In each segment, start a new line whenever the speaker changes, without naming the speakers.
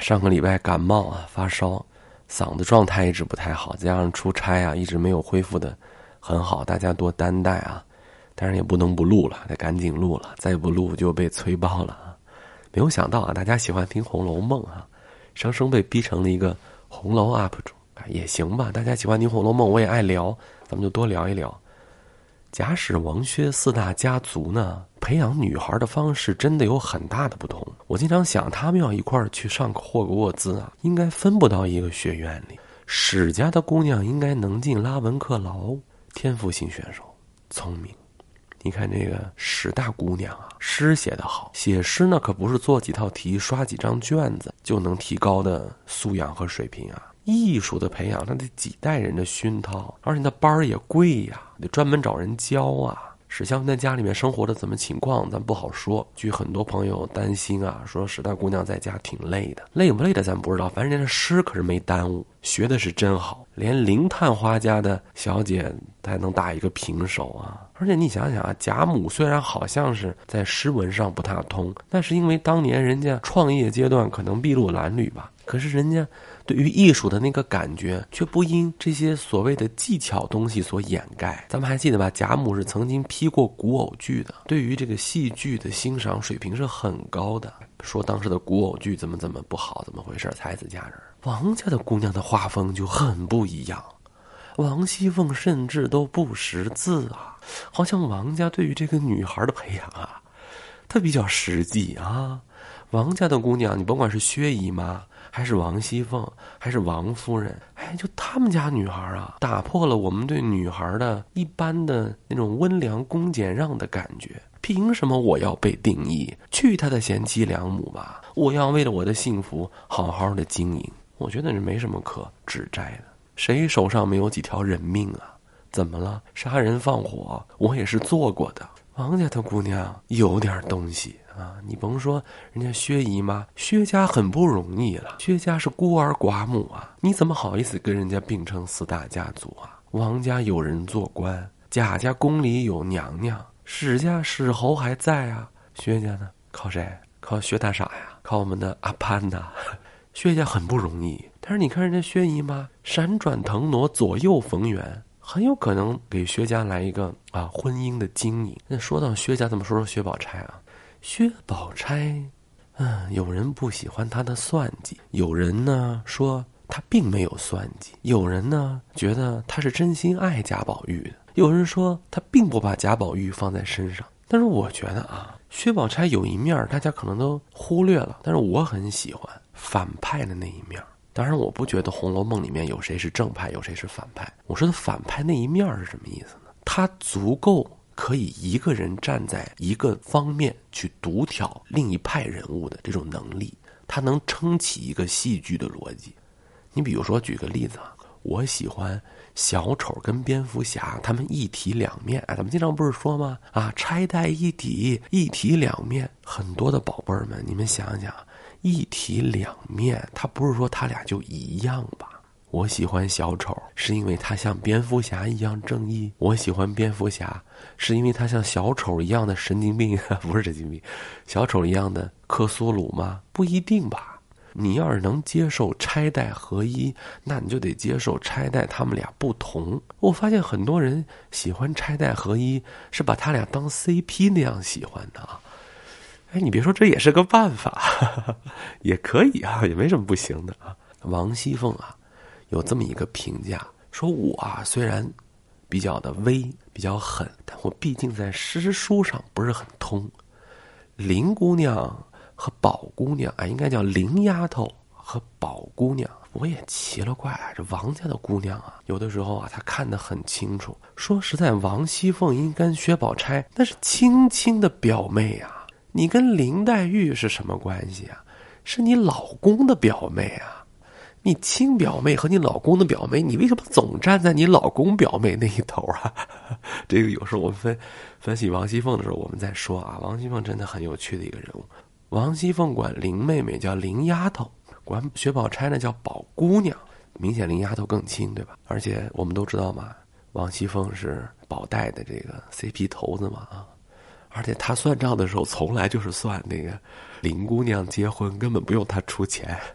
上个礼拜感冒啊，发烧，嗓子状态一直不太好，加上出差啊，一直没有恢复的很好，大家多担待啊。当然也不能不录了，得赶紧录了，再不录就被催爆了啊。没有想到啊，大家喜欢听《红楼梦》啊，生生被逼成了一个红楼 UP 主啊，也行吧，大家喜欢听《红楼梦》，我也爱聊，咱们就多聊一聊。贾史王薛四大家族呢，培养女孩的方式真的有很大的不同。我经常想，他们要一块儿去上霍格沃兹啊，应该分不到一个学院里。史家的姑娘应该能进拉文克劳，天赋型选手，聪明。你看这个史大姑娘啊，诗写得好，写诗呢可不是做几套题、刷几张卷子就能提高的素养和水平啊。艺术的培养，那得几代人的熏陶，而且那班儿也贵呀，得专门找人教啊。史湘云在家里面生活的怎么情况，咱不好说。据很多朋友担心啊，说史大姑娘在家挺累的，累不累的咱不知道，反正人家诗可是没耽误，学的是真好，连灵探花家的小姐还能打一个平手啊。而且你想想啊，贾母虽然好像是在诗文上不大通，但是因为当年人家创业阶段可能筚路蓝缕吧，可是人家对于艺术的那个感觉却不因这些所谓的技巧东西所掩盖。咱们还记得吧，贾母是曾经批过古偶剧的，对于这个戏剧的欣赏水平是很高的，说当时的古偶剧怎么不好，怎么回事，才子佳人。王家的姑娘的画风就很不一样，王熙凤甚至都不识字啊，好像王家对于这个女孩的培养啊，她比较实际啊。王家的姑娘，你甭管是薛姨妈还是王熙凤还是王夫人，就他们家女孩啊，打破了我们对女孩的一般的那种温良恭俭让的感觉。凭什么我要被定义？去他的贤妻良母吧！我要为了我的幸福好好的经营。我觉得是没什么可指摘的。谁手上没有几条人命啊？怎么了？杀人放火，我也是做过的。王家的姑娘有点东西啊！你甭说人家薛姨妈，薛家很不容易了，薛家是孤儿寡母啊，你怎么好意思跟人家并称四大家族啊？王家有人做官，贾家宫里有娘娘，史家史侯还在啊，薛家呢？靠谁？靠薛大傻呀，靠我们的阿潘呐。薛家很不容易，但是你看人家薛姨妈闪转腾挪，左右逢源，很有可能给薛家来一个婚姻的经营。那说到薛家，咱们说说薛宝钗啊。薛宝钗，有人不喜欢她的算计，有人呢说她并没有算计，有人呢觉得她是真心爱贾宝玉的，有人说她并不把贾宝玉放在身上。但是我觉得啊，薛宝钗有一面大家可能都忽略了，但是我很喜欢反派的那一面。当然我不觉得《红楼梦》里面有谁是正派有谁是反派，我说的反派那一面是什么意思呢？他足够可以一个人站在一个方面去独挑另一派人物的这种能力，他能撑起一个戏剧的逻辑。你比如说举个例子啊，我喜欢小丑跟蝙蝠侠他们一体两面咱们经常不是说吗？钗黛一体，一体两面。很多的宝贝儿们，你们想想，一体两面，他不是说他俩就一样吧？我喜欢小丑是因为他像蝙蝠侠一样正义，我喜欢蝙蝠侠是因为他像小丑一样的神经病不是神经病，小丑一样的克苏鲁吗？不一定吧。你要是能接受钗黛合一，那你就得接受钗黛他们俩不同。我发现很多人喜欢钗黛合一是把他俩当 CP 那样喜欢的啊。你别说，这也是个办法也可以啊，也没什么不行的啊。王熙凤啊有这么一个评价，说我虽然比较的威，比较狠，但我毕竟在诗书上不是很通。林姑娘和宝姑娘应该叫林丫头和宝姑娘，我也奇了怪这王家的姑娘有的时候她看得很清楚。说实在，王熙凤应跟薛宝钗那是亲亲的表妹啊。你跟林黛玉是什么关系啊？是你老公的表妹啊。你亲表妹和你老公的表妹，你为什么总站在你老公表妹那一头啊？这个有时候我们分析王熙凤的时候，我们在说王熙凤真的很有趣的一个人物。王熙凤管林妹妹叫林丫头，管薛宝钗呢叫宝姑娘，明显林丫头更亲，对吧？而且我们都知道嘛，王熙凤是宝黛的这个 CP 头子嘛而且他算账的时候从来就是算那个林姑娘结婚根本不用他出钱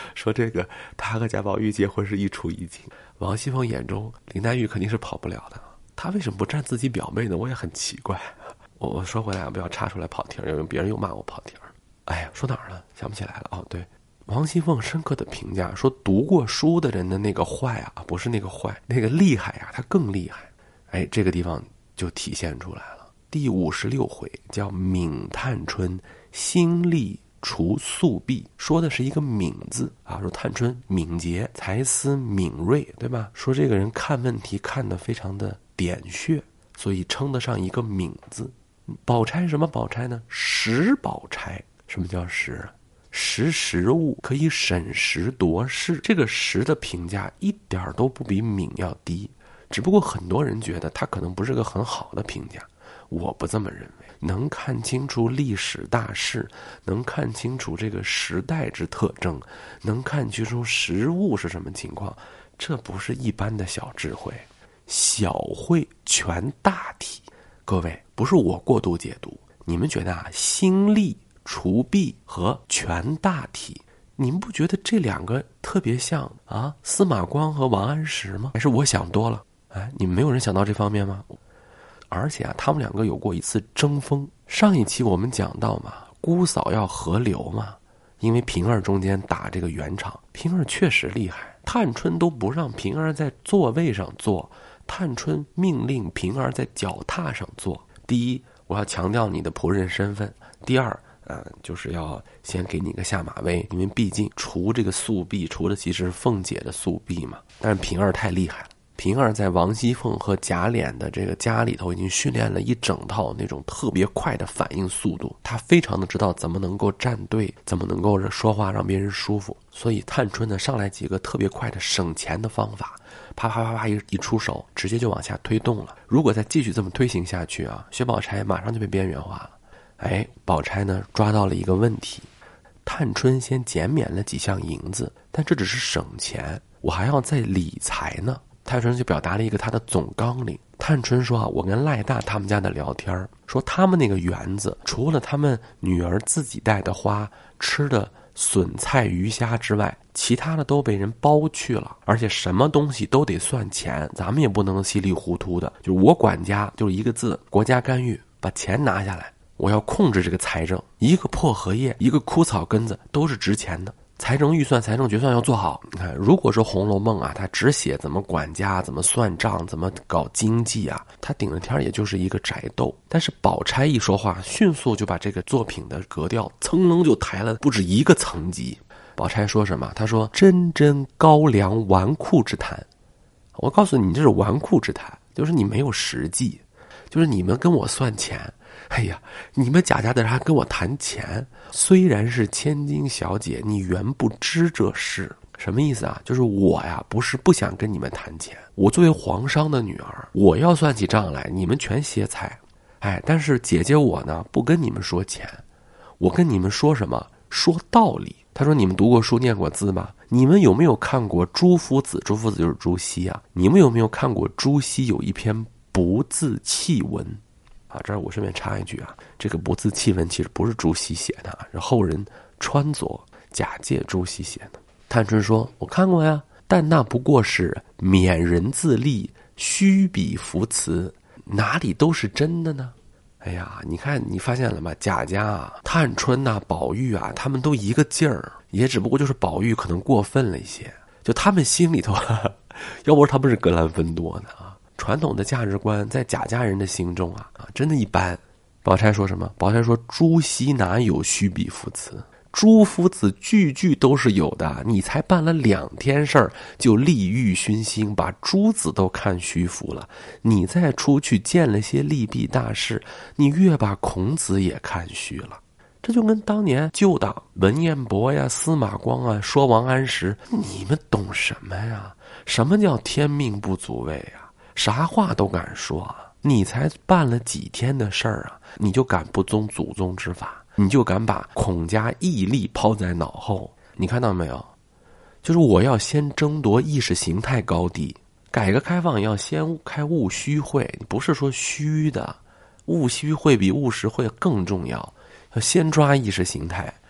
说这个他和贾宝玉结婚是一出一进。王熙凤眼中林黛玉肯定是跑不了的，她为什么不站自己表妹呢？我也很奇怪。我说回来不要插出来跑题，因为别人又骂我跑题。哎呀，说哪儿了？想不起来了。哦，对，王熙凤深刻的评价说，读过书的人的那个坏啊，不是那个坏，那个厉害啊，他更厉害。哎，这个地方就体现出来了。第56回叫敏探春心力除素弊，说的是一个敏字啊，说探春敏捷，才思敏锐，对吧？说这个人看问题看得非常的点穴，所以称得上一个敏字。宝钗什么宝钗呢？识宝钗。什么叫识？识时务，可以审时度势。这个识的评价一点都不比敏要低，只不过很多人觉得它可能不是个很好的评价，我不这么认为。能看清楚历史大势，能看清楚这个时代之特征，能看清楚实物是什么情况，这不是一般的小智慧，小慧全大体。各位，不是我过度解读，你们觉得啊，心力除弊和全大体，你们不觉得这两个特别像啊？司马光和王安石吗？还是我想多了？哎，你们没有人想到这方面吗？而且啊，他们两个有过一次争锋。上一期我们讲到嘛，姑嫂要合流嘛，因为平儿中间打这个圆场，平儿确实厉害，探春都不让平儿在座位上坐，探春命令平儿在脚踏上坐。第一，我要强调你的仆人身份；第二，就是要先给你个下马威，因为毕竟除这个素弊，除的其实是凤姐的素弊嘛。但是平儿太厉害了。平儿在王熙凤和贾琏的这个家里头已经训练了一整套那种特别快的反应速度，她非常的知道怎么能够站队，怎么能够说话让别人舒服。所以探春呢上来几个特别快的省钱的方法，啪啪啪啪一出手，直接就往下推动了。如果再继续这么推行下去啊，薛宝钗马上就被边缘化了。哎，宝钗呢抓到了一个问题，探春先减免了几项银子，但这只是省钱，我还要再理财呢。探春就表达了一个她的总纲领。探春说啊，我跟赖大他们家的聊天，说他们那个园子除了他们女儿自己带的花、吃的笋菜鱼虾之外，其他的都被人包去了，而且什么东西都得算钱，咱们也不能稀里糊涂的。就是我管家，就是一个字，国家干预，把钱拿下来，我要控制这个财政，一个破荷叶，一个枯草根子都是值钱的。财政预算、财政决算要做好。你看，如果说《红楼梦》啊，它只写怎么管家、怎么算账、怎么搞经济啊，它顶着天也就是一个宅斗。但是宝钗一说话，迅速就把这个作品的格调噌楞就抬了不止一个层级。宝钗说什么？她说：“真真高粱纨绔之谈。”我告诉你，这是纨绔之谈，就是你没有实际，就是你们跟我算钱。哎呀，你们贾家的人还跟我谈钱，虽然是千金小姐，你原不知这事。什么意思啊？就是我呀，不是不想跟你们谈钱，我作为皇商的女儿，我要算起账来，你们全歇菜。哎，但是姐姐我呢，不跟你们说钱，我跟你们说什么？说道理。他说：“你们读过书、念过字吗？你们有没有看过朱夫子？朱夫子就是朱熹啊。你们有没有看过朱熹有一篇不字弃文？”啊，这儿我顺便插一句啊，这个不字弃文其实不是朱熹写的，是后人穿凿假借朱熹写的。探春说：“我看过呀，但那不过是勉人自立，虚笔浮词，哪里都是真的呢？”哎呀，你看，你发现了吗？贾家啊，探春呐、宝玉啊，他们都一个劲儿，也只不过就是宝玉可能过分了一些，就他们心里头，要不是他们是格兰芬多呢啊。传统的价值观在贾家人的心中啊，真的一般。宝钗说什么？宝钗说：“朱熹哪有虚笔浮词？朱夫子句句都是有的。你才办了2天事儿，就利欲熏心，把朱子都看虚浮了。你再出去见了些利弊大事，你越把孔子也看虚了。”这就跟当年旧党文彦博呀、司马光啊说王安石，你们懂什么呀？什么叫天命不足畏呀？啥话都敢说啊！你才办了几天的事儿啊，你就敢不遵祖宗之法，你就敢把孔家义利抛在脑后。你看到没有？就是我要先争夺意识形态高地，改革开放要先开务虚会，不是说虚的，务虚会比务实会更重要，要先抓意识形态。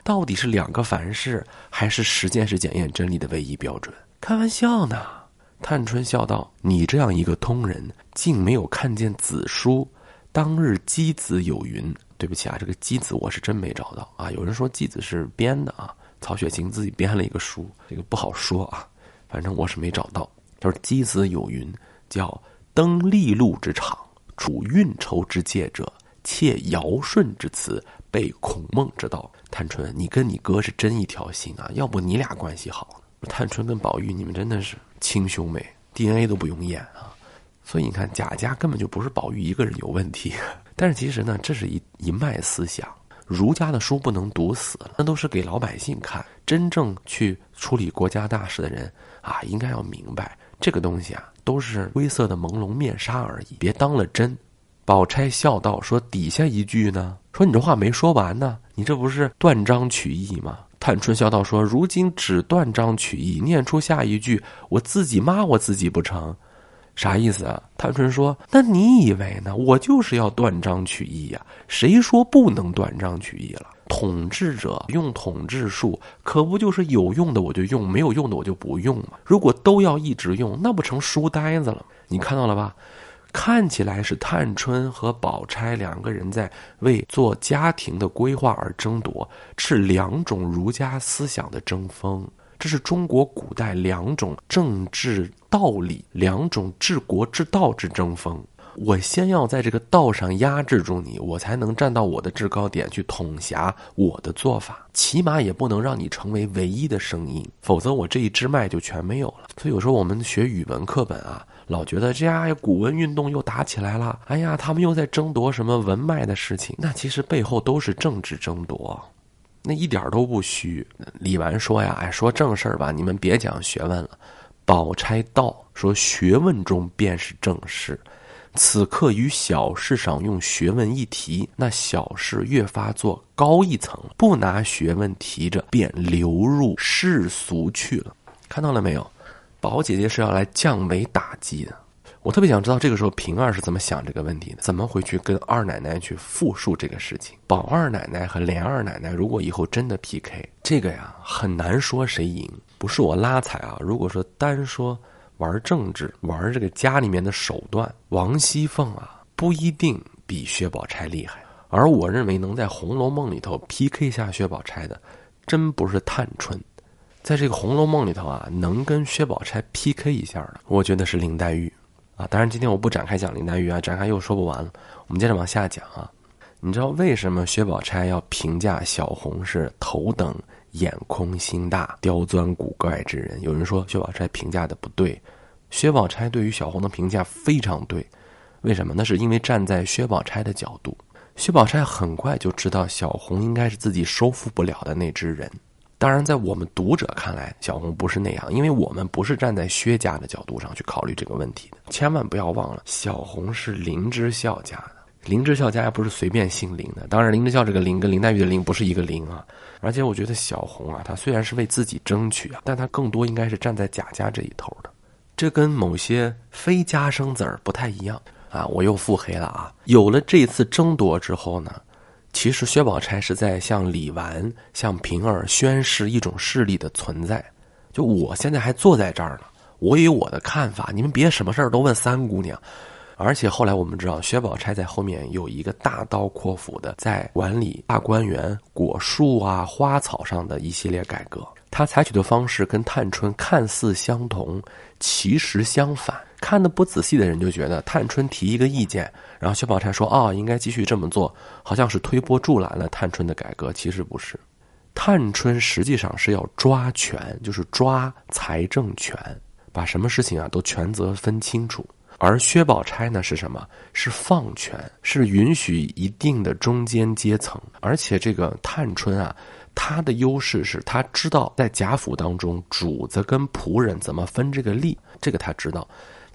到底是两个凡是，还是实践是检验真理的唯一标准？开玩笑呢！探春笑道：“你这样一个通人，竟没有看见子书。当日箕子有云。”对不起啊，这个箕子我是真没找到啊。有人说箕子是编的啊，曹雪芹自己编了一个书，这个不好说啊。反正我是没找到。就是箕子有云，叫登利禄之场，处运筹之界者，窃尧舜之词，背孔孟之道。探春，你跟你哥是真一条心啊，要不你俩关系好。探春跟宝玉，你们真的是亲兄妹 ，DNA 都不用验啊。所以你看，贾家根本就不是宝玉一个人有问题，但是其实呢，这是一脉思想。儒家的书不能读死了，那都是给老百姓看。真正去处理国家大事的人啊，应该要明白这个东西啊，都是灰色的朦胧面纱而已，别当了真。宝钗笑道：“说底下一句呢？说你这话没说完呢，你这不是断章取义吗？”探春笑道：“说如今只断章取义，念出下一句，我自己骂我自己不成？啥意思啊？”探春说：“那你以为呢？我就是要断章取义呀！谁说不能断章取义了？统治者用统治术，可不就是有用的我就用，没有用的我就不用吗？如果都要一直用，那不成书呆子了？你看到了吧？”看起来是探春和宝钗两个人在为做家庭的规划而争夺，是两种儒家思想的争锋。这是中国古代两种政治道理、两种治国之道之争锋。我先要在这个道上压制住你，我才能站到我的制高点去统辖我的做法，起码也不能让你成为唯一的声音，否则我这一支脉就全没有了。所以有时候我们学语文课本啊，老觉得这呀古文运动又打起来了，哎呀他们又在争夺什么文脉的事情，那其实背后都是政治争夺，那一点都不虚。李纨说呀，说正事儿吧，你们别讲学问了。宝钗道：“说学问中便是正事，此刻于小事上用学问一提，那小事越发做高一层，不拿学问提着，便流入世俗去了。”看到了没有？宝姐姐是要来降维打击的。我特别想知道这个时候平儿是怎么想这个问题的，怎么回去跟二奶奶去复述这个事情。宝二奶奶和莲二奶奶如果以后真的 PK， 这个呀很难说谁赢。不是我拉踩啊，如果说单说玩政治，玩这个家里面的手段，王熙凤啊不一定比薛宝钗厉害。而我认为能在《红楼梦》里头 PK 下薛宝钗的，真不是探春。在这个《红楼梦》里头啊，能跟薛宝钗 PK 一下的，我觉得是林黛玉啊。当然今天我不展开讲林黛玉啊，展开又说不完了。我们接着往下讲啊。你知道为什么薛宝钗要评价小红是头等眼空心大刁钻古怪之人？有人说薛宝钗评价的不对，薛宝钗对于小红的评价非常对。为什么？那是因为站在薛宝钗的角度，薛宝钗很快就知道小红应该是自己收服不了的那只人。当然在我们读者看来，小红不是那样，因为我们不是站在薛家的角度上去考虑这个问题的。千万不要忘了，小红是林之孝家的，林之孝家也不是随便姓林的。当然林之孝这个林跟林黛玉的林不是一个林啊。而且我觉得小红啊，她虽然是为自己争取啊，但她更多应该是站在贾家这一头的。这跟某些非家生子儿不太一样啊。我又腹黑了啊。有了这次争夺之后呢，其实薛宝钗是在向李纨、向平儿宣示一种势力的存在。就我现在还坐在这儿呢，我也有我的看法，你们别什么事儿都问三姑娘。而且后来我们知道，薛宝钗在后面有一个大刀阔斧的在管理大观园果树啊、花草上的一系列改革。她采取的方式跟探春看似相同，其实相反。看得不仔细的人就觉得探春提一个意见，然后薛宝钗说应该继续这么做，好像是推波助澜了探春的改革。其实不是，探春实际上是要抓权，就是抓财政权，把什么事情啊都权责分清楚。而薛宝钗呢是什么？是放权，是允许一定的中间阶层。而且这个探春啊，她的优势是她知道在贾府当中主子跟仆人怎么分这个利，这个她知道。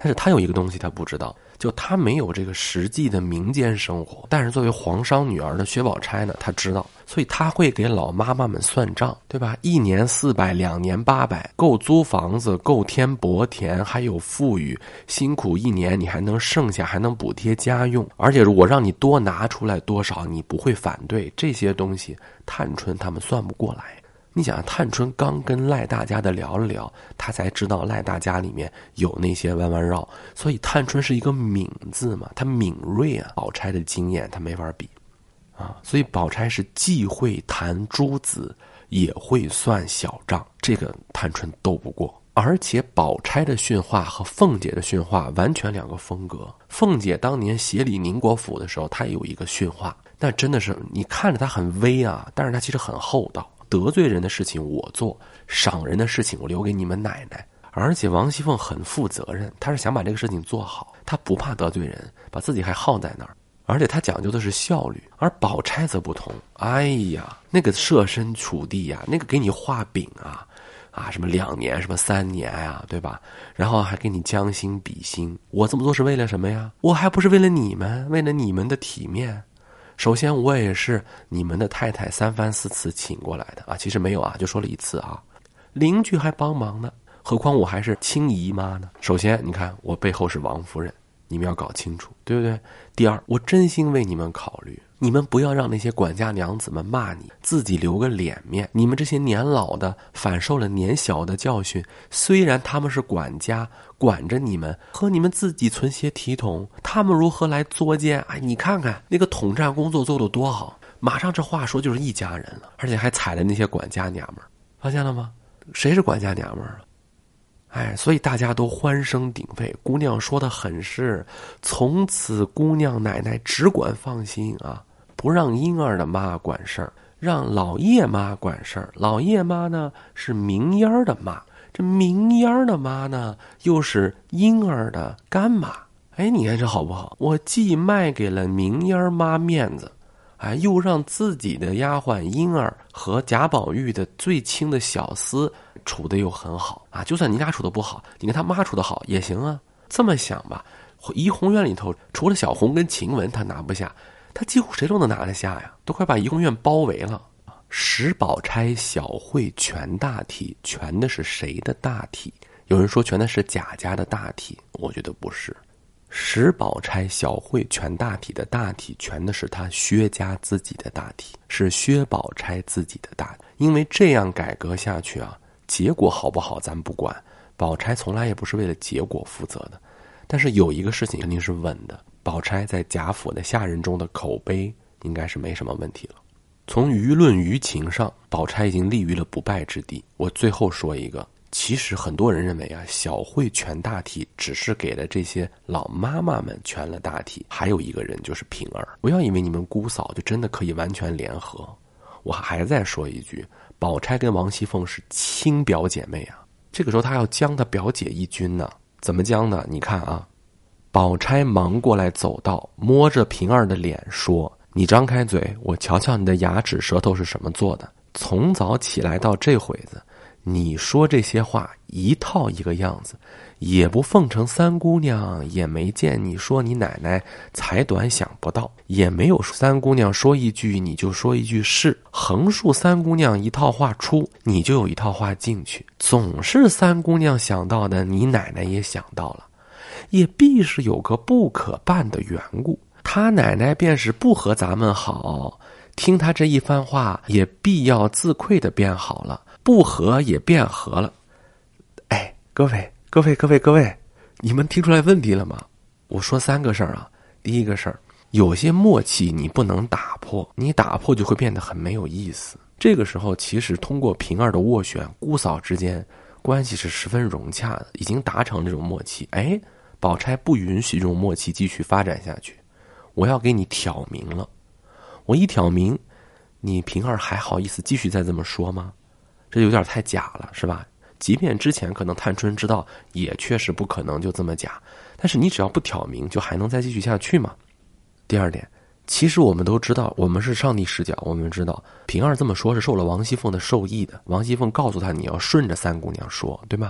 但是他有一个东西他不知道，就他没有这个实际的民间生活。但是作为皇商女儿的薛宝钗呢，他知道，所以他会给老妈妈们算账，对吧？1年400，2年800，够租房子，够添薄田，还有富裕，辛苦1年你还能剩下，还能补贴家用，而且我让你多拿出来多少，你不会反对。这些东西探春他们算不过来。你想，探春刚跟赖大家的聊了聊，他才知道赖大家里面有那些弯弯绕，所以探春是一个敏字嘛，他敏锐啊，宝钗的经验他没法比啊，所以宝钗是既会弹珠子也会算小账，这个探春斗不过。而且宝钗的训话和凤姐的训话完全两个风格。凤姐当年协理宁国府的时候，她有一个训话，但真的是你看着她很威啊，但是她其实很厚道。得罪人的事情我做，赏人的事情我留给你们奶奶。而且王熙凤很负责任，她是想把这个事情做好，她不怕得罪人，把自己还耗在那儿，而且她讲究的是效率。而宝钗则不同，哎呀，那个设身处地呀，那个给你画饼啊，什么2年，什么3年呀，对吧？然后还给你将心比心，我这么做是为了什么呀？我还不是为了你们，为了你们的体面。首先我也是你们的太太3番4次请过来的啊，其实没有啊，就说了1次啊，邻居还帮忙呢，何况我还是亲姨妈呢。首先你看我背后是王夫人，你们要搞清楚，对不对？第二，我真心为你们考虑，你们不要让那些管家娘子们骂你，自己留个脸面。你们这些年老的反受了年小的教训，虽然他们是管家，管着你们，和你们自己存些体统，他们如何来作践？哎，你看看那个统战工作做得多好，马上这话说就是一家人了，而且还踩了那些管家娘们儿，发现了吗？谁是管家娘们儿啊？哎，所以大家都欢声鼎沸，姑娘说的很是，从此姑娘奶奶只管放心啊，不让婴儿的妈管事儿，让老爷妈管事儿。老爷妈呢是明烟儿的妈，这明烟儿的妈呢又是婴儿的干妈。哎，你看这好不好？我既卖给了明烟儿妈面子，哎，又让自己的丫鬟婴儿和贾宝玉的最亲的小厮处得又很好啊，就算你俩处得不好，你跟他妈处得好也行啊。这么想吧，怡红院里头除了小红跟晴雯他拿不下，他几乎谁都能拿得下呀，都快把怡红院包围了。史宝钗小慧全大体，全的是谁的大体？有人说全的是贾家的大体，我觉得不是。史宝钗小慧全大体的大体，全的是他薛家自己的大体，是薛宝钗自己的大体。因为这样改革下去啊，结果好不好咱不管，宝钗从来也不是为了结果负责的。但是有一个事情肯定是稳的，宝钗在贾府的下人中的口碑应该是没什么问题了。从舆论舆情上，宝钗已经立于了不败之地。我最后说一个，其实很多人认为啊，小慧全大体只是给了这些老妈妈们全了大体，还有一个人就是平儿。不要以为你们姑嫂就真的可以完全联合。我还再说一句，宝钗跟王熙凤是亲表姐妹啊，这个时候她要将她表姐一军呢，怎么将呢？你看啊，宝钗忙过来走到，摸着平儿的脸说：“你张开嘴，我瞧瞧你的牙齿舌头是什么做的。从早起来到这会子，你说这些话一套一个样子，也不奉承三姑娘，也没见你说你奶奶才短想不到，也没有三姑娘说一句你就说一句是，横竖三姑娘一套话出，你就有一套话进去，总是三姑娘想到的，你奶奶也想到了，也必是有个不可办的缘故。他奶奶便是不和咱们好，听他这一番话，也必要自愧的变好了，不和也变和了。哎，各位，你们听出来问题了吗？我说3个事儿啊。第一个事儿，有些默契你不能打破，你打破就会变得很没有意思。这个时候其实通过平儿的斡旋，姑嫂之间关系是十分融洽的，已经达成这种默契。哎，宝钗不允许这种默契继续发展下去，我要给你挑明了。我一挑明，你平儿还好意思继续再这么说吗？这有点太假了，是吧？即便之前可能探春知道，也确实不可能就这么假，但是你只要不挑明，就还能再继续下去吗？第二点，其实我们都知道，我们是上帝视角，我们知道平儿这么说是受了王熙凤的授意的，王熙凤告诉他你要顺着三姑娘说，对吗？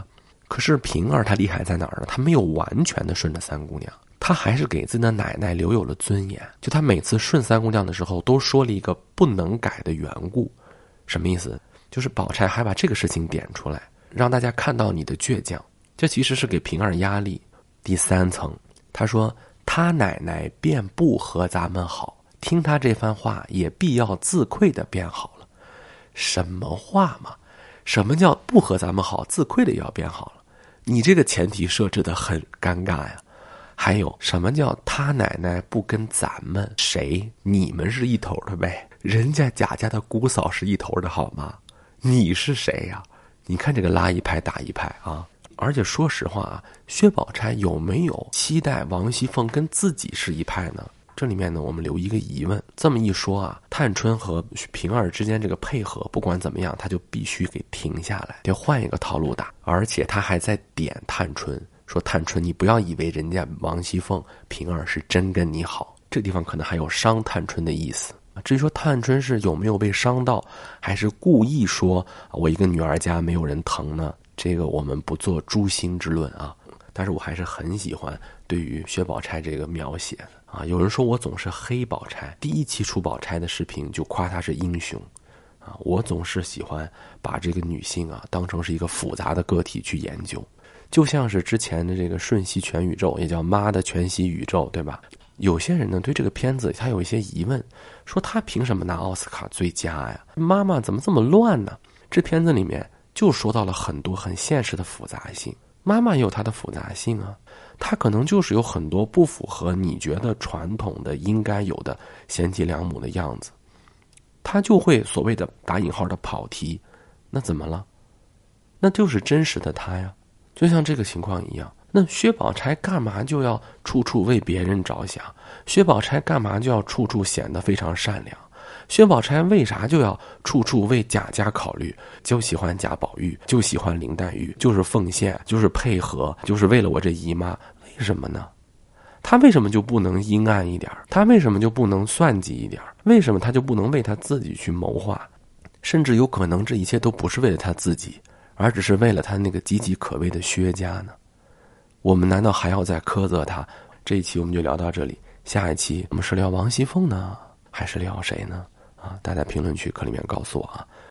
可是平儿她厉害在哪儿呢？她没有完全的顺着三姑娘，她还是给自己的奶奶留有了尊严。就她每次顺三姑娘的时候，都说了一个不能改的缘故。什么意思？就是宝钗还把这个事情点出来，让大家看到你的倔强。这其实是给平儿压力。第三层，她说她奶奶便不和咱们好，听她这番话也必要自愧的变好了。什么话嘛？什么叫不和咱们好，自愧的也要变好了？你这个前提设置的很尴尬呀。还有什么叫他奶奶不跟咱们谁？你们是一头的呗，人家贾家的姑嫂是一头的好吗？你是谁呀？你看这个拉一拍打一拍啊！而且说实话啊，薛宝钗有没有期待王熙凤跟自己是一派呢？这里面呢，我们留一个疑问。这么一说啊，探春和平儿之间这个配合，不管怎么样，他就必须给停下来，得换一个套路打。而且他还在点探春，说探春，你不要以为人家王熙凤、平儿是真跟你好，这地方可能还有伤探春的意思。至于说探春是有没有被伤到，还是故意说我一个女儿家没有人疼呢？这个我们不做诛心之论啊。但是我还是很喜欢对于薛宝钗这个描写的啊。有人说我总是黑宝钗，第一期出宝钗的视频就夸她是英雄啊。我总是喜欢把这个女性啊当成是一个复杂的个体去研究，就像是之前的这个瞬息全宇宙，也叫妈的全息宇宙，对吧？有些人呢对这个片子他有一些疑问，说他凭什么拿奥斯卡最佳呀？妈妈怎么这么乱呢？这片子里面就说到了很多很现实的复杂性。妈妈也有她的复杂性啊，她可能就是有很多不符合你觉得传统的应该有的贤妻良母的样子，她就会所谓的打引号的跑题。那怎么了？那就是真实的她呀。就像这个情况一样，那薛宝钗干嘛就要处处为别人着想？薛宝钗干嘛就要处处显得非常善良？薛宝钗为啥就要处处为贾家考虑？就喜欢贾宝玉，就喜欢林黛玉，就是奉献，就是配合，就是为了我这姨妈。为什么呢？她为什么就不能阴暗一点？她为什么就不能算计一点？为什么她就不能为她自己去谋划？甚至有可能这一切都不是为了她自己，而只是为了她那个岌岌可危的薛家呢？我们难道还要再苛责她？这一期我们就聊到这里，下一期我们是聊王熙凤呢，还是聊谁呢？大家评论区里面告诉我啊。